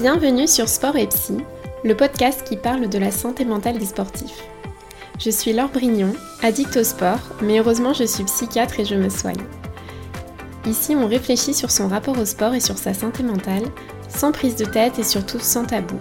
Bienvenue sur Sport et Psy, le podcast qui parle de la santé mentale des sportifs. Je suis Laure Brignon, addict au sport, mais heureusement je suis psychiatre et je me soigne. Ici, on réfléchit sur son rapport au sport et sur sa santé mentale, sans prise de tête et surtout sans tabou.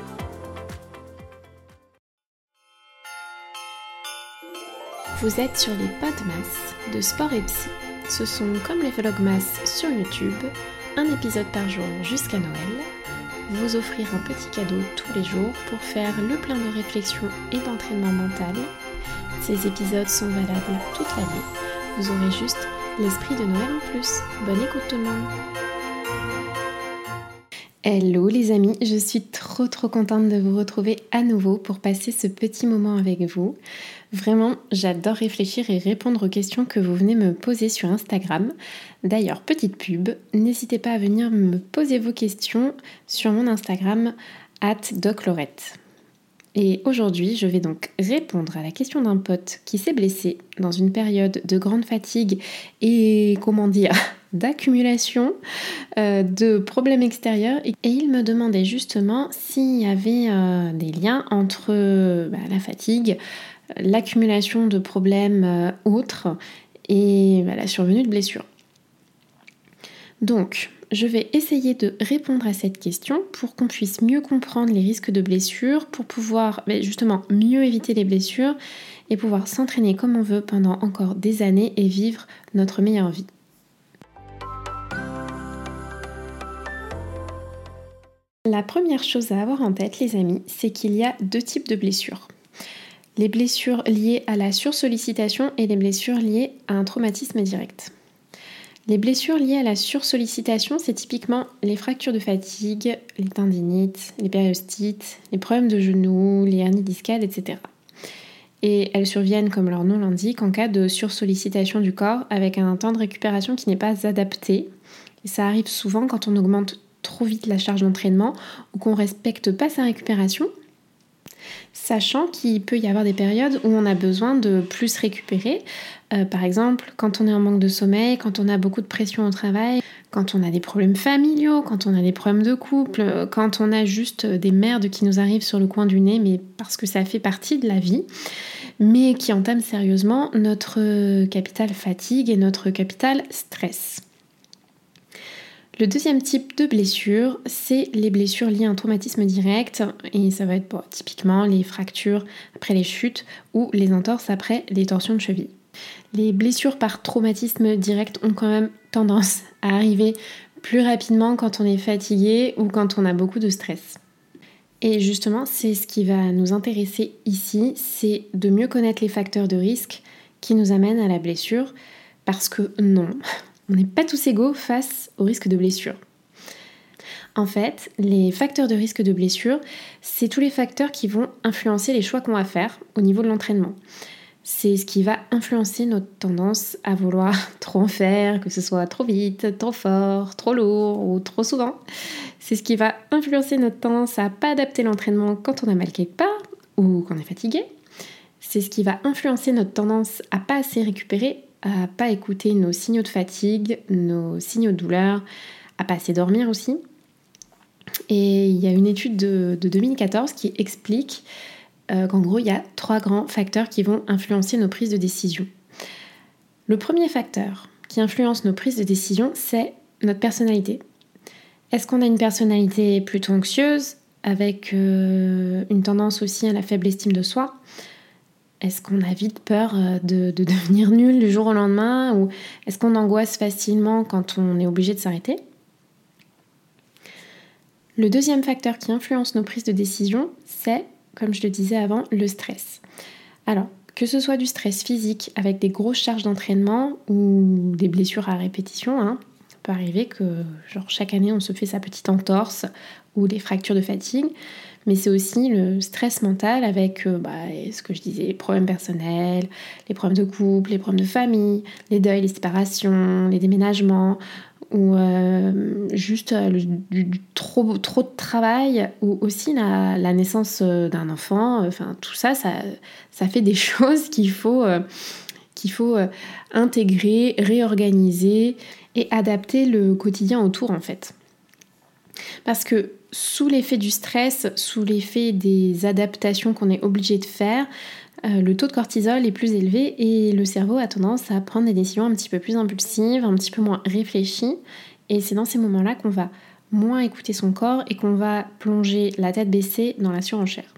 Vous êtes sur les Podmas de Sport et Psy. Ce sont comme les Vlogmas sur YouTube, un épisode par jour jusqu'à Noël. Vous offrir un petit cadeau tous les jours pour faire le plein de réflexion et d'entraînement mental. Ces épisodes sont valables toute l'année. Vous aurez juste l'esprit de Noël en plus. Bonne écoute tout le monde. Hello les amis, je suis trop contente de vous retrouver à nouveau pour passer ce petit moment avec vous. Vraiment, j'adore réfléchir et répondre aux questions que vous venez me poser sur Instagram. D'ailleurs, petite pub, n'hésitez pas à venir me poser vos questions sur mon Instagram @doclorette. Et aujourd'hui, je vais donc répondre à la question d'un pote qui s'est blessé dans une période de grande fatigue et, d'accumulation de problèmes extérieurs. Et il me demandait justement s'il y avait des liens entre la fatigue, l'accumulation de problèmes autres et la survenue de blessures. Donc, je vais essayer de répondre à cette question pour qu'on puisse mieux comprendre les risques de blessures, pour pouvoir justement mieux éviter les blessures et pouvoir s'entraîner comme on veut pendant encore des années et vivre notre meilleure vie. La première chose à avoir en tête, les amis, c'est qu'il y a deux types de blessures. Les blessures liées à la sursollicitation et les blessures liées à un traumatisme direct. Les blessures liées à la sursollicitation, c'est typiquement les fractures de fatigue, les tendinites, les périostites, les problèmes de genoux, les hernies discales, etc. Et elles surviennent, comme leur nom l'indique, en cas de sursollicitation du corps avec un temps de récupération qui n'est pas adapté. Et ça arrive souvent quand on augmente trop vite la charge d'entraînement ou qu'on ne respecte pas sa récupération. Sachant qu'il peut y avoir des périodes où on a besoin de plus récupérer. Par exemple, quand on est en manque de sommeil, quand on a beaucoup de pression au travail, quand on a des problèmes familiaux, quand on a des problèmes de couple, quand on a juste des merdes qui nous arrivent sur le coin du nez, mais parce que ça fait partie de la vie, mais qui entament sérieusement notre capital fatigue et notre capital stress. Le deuxième type de blessure, c'est les blessures liées à un traumatisme direct et ça va être typiquement les fractures après les chutes ou les entorses après les torsions de cheville. Les blessures par traumatisme direct ont quand même tendance à arriver plus rapidement quand on est fatigué ou quand on a beaucoup de stress. Et justement, c'est ce qui va nous intéresser ici, c'est de mieux connaître les facteurs de risque qui nous amènent à la blessure parce que non, on n'est pas tous égaux face au risque de blessure. En fait, les facteurs de risque de blessure, c'est tous les facteurs qui vont influencer les choix qu'on va faire au niveau de l'entraînement. C'est ce qui va influencer notre tendance à vouloir trop en faire, que ce soit trop vite, trop fort, trop lourd ou trop souvent. C'est ce qui va influencer notre tendance à pas adapter l'entraînement quand on a mal quelque part ou qu'on est fatigué. C'est ce qui va influencer notre tendance à pas assez récupérer, à pas écouter nos signaux de fatigue, nos signaux de douleur, à pas assez dormir aussi. Et il y a une étude de 2014 qui explique qu'en gros, il y a 3 grands facteurs qui vont influencer nos prises de décision. Le premier facteur qui influence nos prises de décision, c'est notre personnalité. Est-ce qu'on a une personnalité plutôt anxieuse, avec une tendance aussi à la faible estime de soi ? Est-ce qu'on a vite peur de devenir nul du jour au lendemain ou est-ce qu'on angoisse facilement quand on est obligé de s'arrêter ? Le deuxième facteur qui influence nos prises de décision, c'est, comme je le disais avant, le stress. Alors, que ce soit du stress physique avec des grosses charges d'entraînement ou des blessures à répétition, ça peut arriver que chaque année on se fait sa petite entorse ou des fractures de fatigue, mais c'est aussi le stress mental avec ce que je disais, les problèmes personnels, les problèmes de couple, les problèmes de famille, les deuils, les séparations, les déménagements, ou juste trop de travail, ou aussi la naissance d'un enfant. Enfin, tout ça fait des choses qu'il faut intégrer, réorganiser et adapter le quotidien autour en fait. Parce que sous l'effet du stress, sous l'effet des adaptations qu'on est obligé de faire, le taux de cortisol est plus élevé et le cerveau a tendance à prendre des décisions un petit peu plus impulsives, un petit peu moins réfléchies. Et c'est dans ces moments-là qu'on va moins écouter son corps et qu'on va plonger la tête baissée dans la surenchère.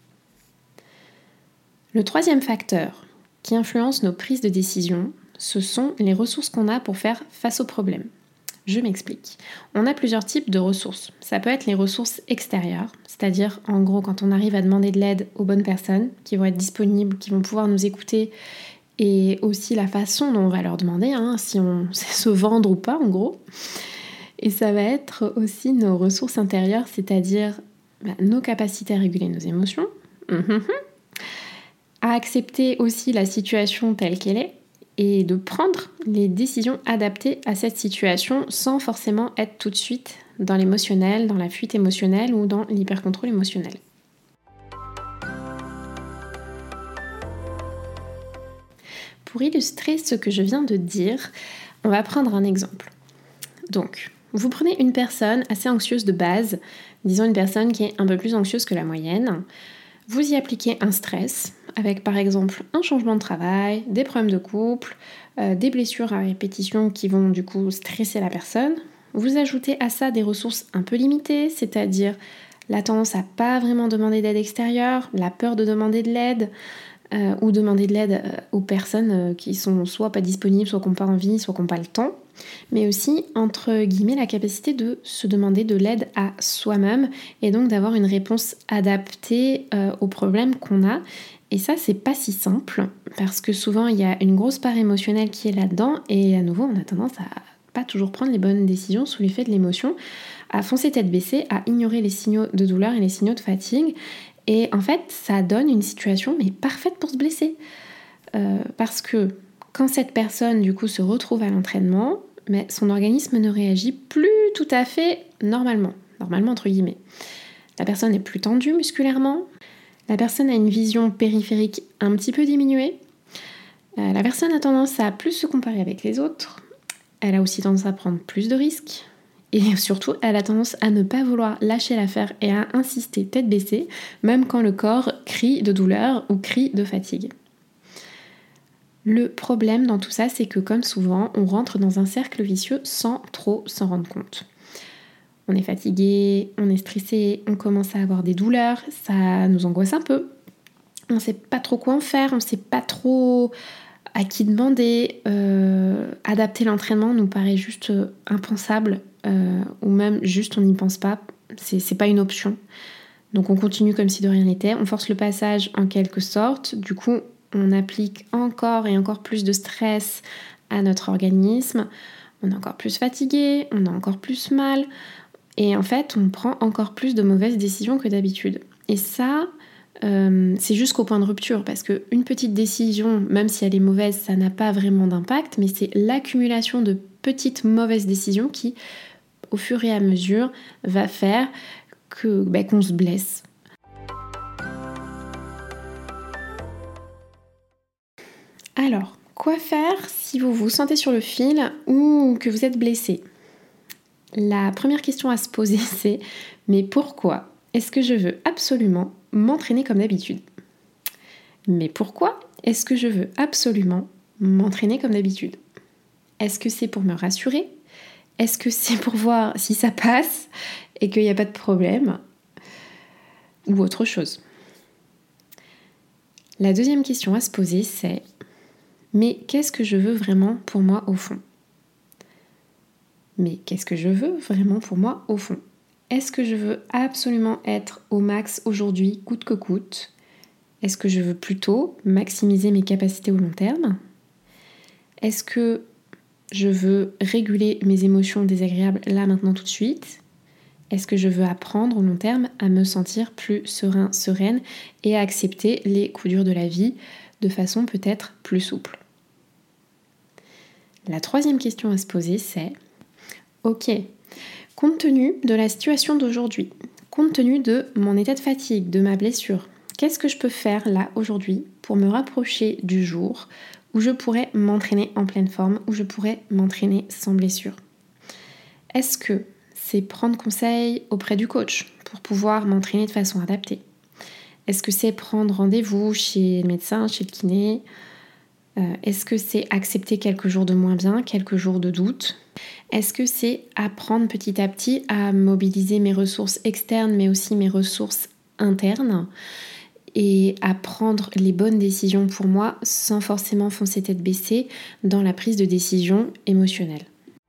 Le troisième facteur qui influence nos prises de décision, ce sont les ressources qu'on a pour faire face aux problèmes. Je m'explique. On a plusieurs types de ressources. Ça peut être les ressources extérieures, c'est-à-dire en gros quand on arrive à demander de l'aide aux bonnes personnes qui vont être disponibles, qui vont pouvoir nous écouter, et aussi la façon dont on va leur demander, si on sait se vendre ou pas en gros. Et ça va être aussi nos ressources intérieures, c'est-à-dire nos capacités à réguler nos émotions, à accepter aussi la situation telle qu'elle est, et de prendre les décisions adaptées à cette situation sans forcément être tout de suite dans l'émotionnel, dans la fuite émotionnelle ou dans l'hypercontrôle émotionnel. Pour illustrer ce que je viens de dire, on va prendre un exemple. Donc, vous prenez une personne assez anxieuse de base, disons une personne qui est un peu plus anxieuse que la moyenne. Vous y appliquez un stress, avec par exemple un changement de travail, des problèmes de couple, des blessures à répétition qui vont du coup stresser la personne. Vous ajoutez à ça des ressources un peu limitées, c'est-à-dire la tendance à pas vraiment demander d'aide extérieure, la peur de demander de l'aide, ou demander de l'aide aux personnes qui sont soit pas disponibles, soit qui n'ont pas envie, soit qui n'ont pas le temps, mais aussi, entre guillemets, la capacité de se demander de l'aide à soi-même et donc d'avoir une réponse adaptée aux problèmes qu'on a. Et ça, c'est pas si simple, parce que souvent, il y a une grosse part émotionnelle qui est là-dedans, et à nouveau, on a tendance à pas toujours prendre les bonnes décisions sous l'effet de l'émotion, à foncer tête baissée, à ignorer les signaux de douleur et les signaux de fatigue. Et en fait, ça donne une situation mais parfaite pour se blesser. Parce que quand cette personne, du coup, se retrouve à l'entraînement, mais son organisme ne réagit plus tout à fait normalement entre guillemets. La personne est plus tendue musculairement, la personne a une vision périphérique un petit peu diminuée, la personne a tendance à plus se comparer avec les autres, elle a aussi tendance à prendre plus de risques, et surtout, elle a tendance à ne pas vouloir lâcher l'affaire et à insister tête baissée, même quand le corps crie de douleur ou crie de fatigue. Le problème dans tout ça, c'est que comme souvent, on rentre dans un cercle vicieux sans trop s'en rendre compte. On est fatigué, on est stressé, on commence à avoir des douleurs, ça nous angoisse un peu. On ne sait pas trop quoi en faire, on ne sait pas trop à qui demander. Adapter l'entraînement nous paraît juste impensable, ou même juste on n'y pense pas, c'est pas une option. Donc on continue comme si de rien n'était, on force le passage en quelque sorte, du coup on applique encore et encore plus de stress à notre organisme, on est encore plus fatigué, on a encore plus mal, et en fait on prend encore plus de mauvaises décisions que d'habitude. Et ça, c'est jusqu'au point de rupture, parce qu'une petite décision, même si elle est mauvaise, ça n'a pas vraiment d'impact, mais c'est l'accumulation de petites mauvaises décisions qui, au fur et à mesure, va faire qu'on se blesse. Alors, quoi faire si vous vous sentez sur le fil ou que vous êtes blessé ? La première question à se poser, c'est « mais pourquoi est-ce que je veux absolument m'entraîner comme d'habitude ? Mais pourquoi est-ce que je veux absolument m'entraîner comme d'habitude ? Est-ce que c'est pour me rassurer ? Est-ce que c'est pour voir si ça passe et qu'il n'y a pas de problème ? Ou autre chose ? La deuxième question à se poser, c'est « mais qu'est-ce que je veux vraiment pour moi au fond ? » Mais qu'est-ce que je veux vraiment pour moi au fond ? Est-ce que je veux absolument être au max aujourd'hui, coûte que coûte ? Est-ce que je veux plutôt maximiser mes capacités au long terme ? Est-ce que je veux réguler mes émotions désagréables là, maintenant, tout de suite ? Est-ce que je veux apprendre au long terme à me sentir plus serein, sereine et à accepter les coups durs de la vie de façon peut-être plus souple ? La troisième question à se poser, c'est « Ok, compte tenu de la situation d'aujourd'hui, compte tenu de mon état de fatigue, de ma blessure, qu'est-ce que je peux faire là aujourd'hui pour me rapprocher du jour où je pourrais m'entraîner en pleine forme, où je pourrais m'entraîner sans blessure ? Est-ce que c'est prendre conseil auprès du coach pour pouvoir m'entraîner de façon adaptée? Est-ce que c'est prendre rendez-vous chez le médecin, chez le kiné? Est-ce que c'est accepter quelques jours de moins bien, quelques jours de doute? Est-ce que c'est apprendre petit à petit à mobiliser mes ressources externes mais aussi mes ressources internes et à prendre les bonnes décisions pour moi sans forcément foncer tête baissée dans la prise de décision émotionnelle?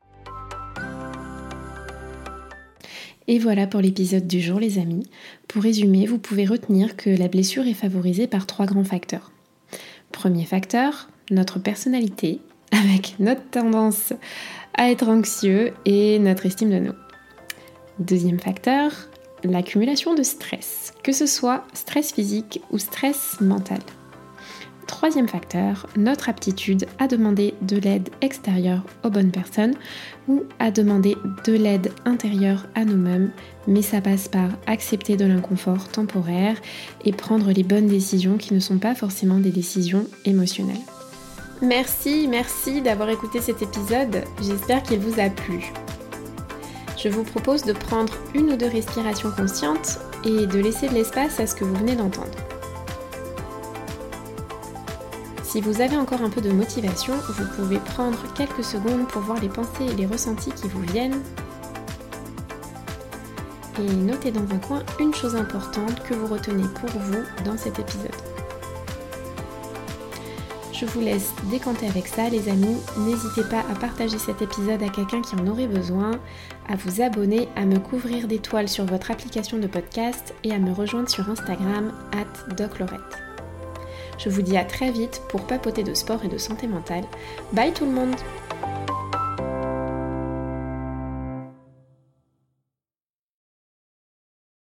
Et voilà pour l'épisode du jour les amis. Pour résumer, vous pouvez retenir que la blessure est favorisée par 3 grands facteurs. Premier facteur, notre personnalité, avec notre tendance à être anxieux et notre estime de nous. Deuxième facteur, l'accumulation de stress, que ce soit stress physique ou stress mental. Troisième facteur, notre aptitude à demander de l'aide extérieure aux bonnes personnes ou à demander de l'aide intérieure à nous-mêmes, mais ça passe par accepter de l'inconfort temporaire et prendre les bonnes décisions qui ne sont pas forcément des décisions émotionnelles. Merci d'avoir écouté cet épisode, j'espère qu'il vous a plu. Je vous propose de prendre 1 ou 2 respirations conscientes et de laisser de l'espace à ce que vous venez d'entendre. Si vous avez encore un peu de motivation, vous pouvez prendre quelques secondes pour voir les pensées et les ressentis qui vous viennent. Et notez dans un coin une chose importante que vous retenez pour vous dans cet épisode. Je vous laisse décanter avec ça les amis. N'hésitez pas à partager cet épisode à quelqu'un qui en aurait besoin, à vous abonner, à me couvrir d'étoiles sur votre application de podcast et à me rejoindre sur Instagram @doclorette. Je vous dis à très vite pour papoter de sport et de santé mentale. Bye tout le monde!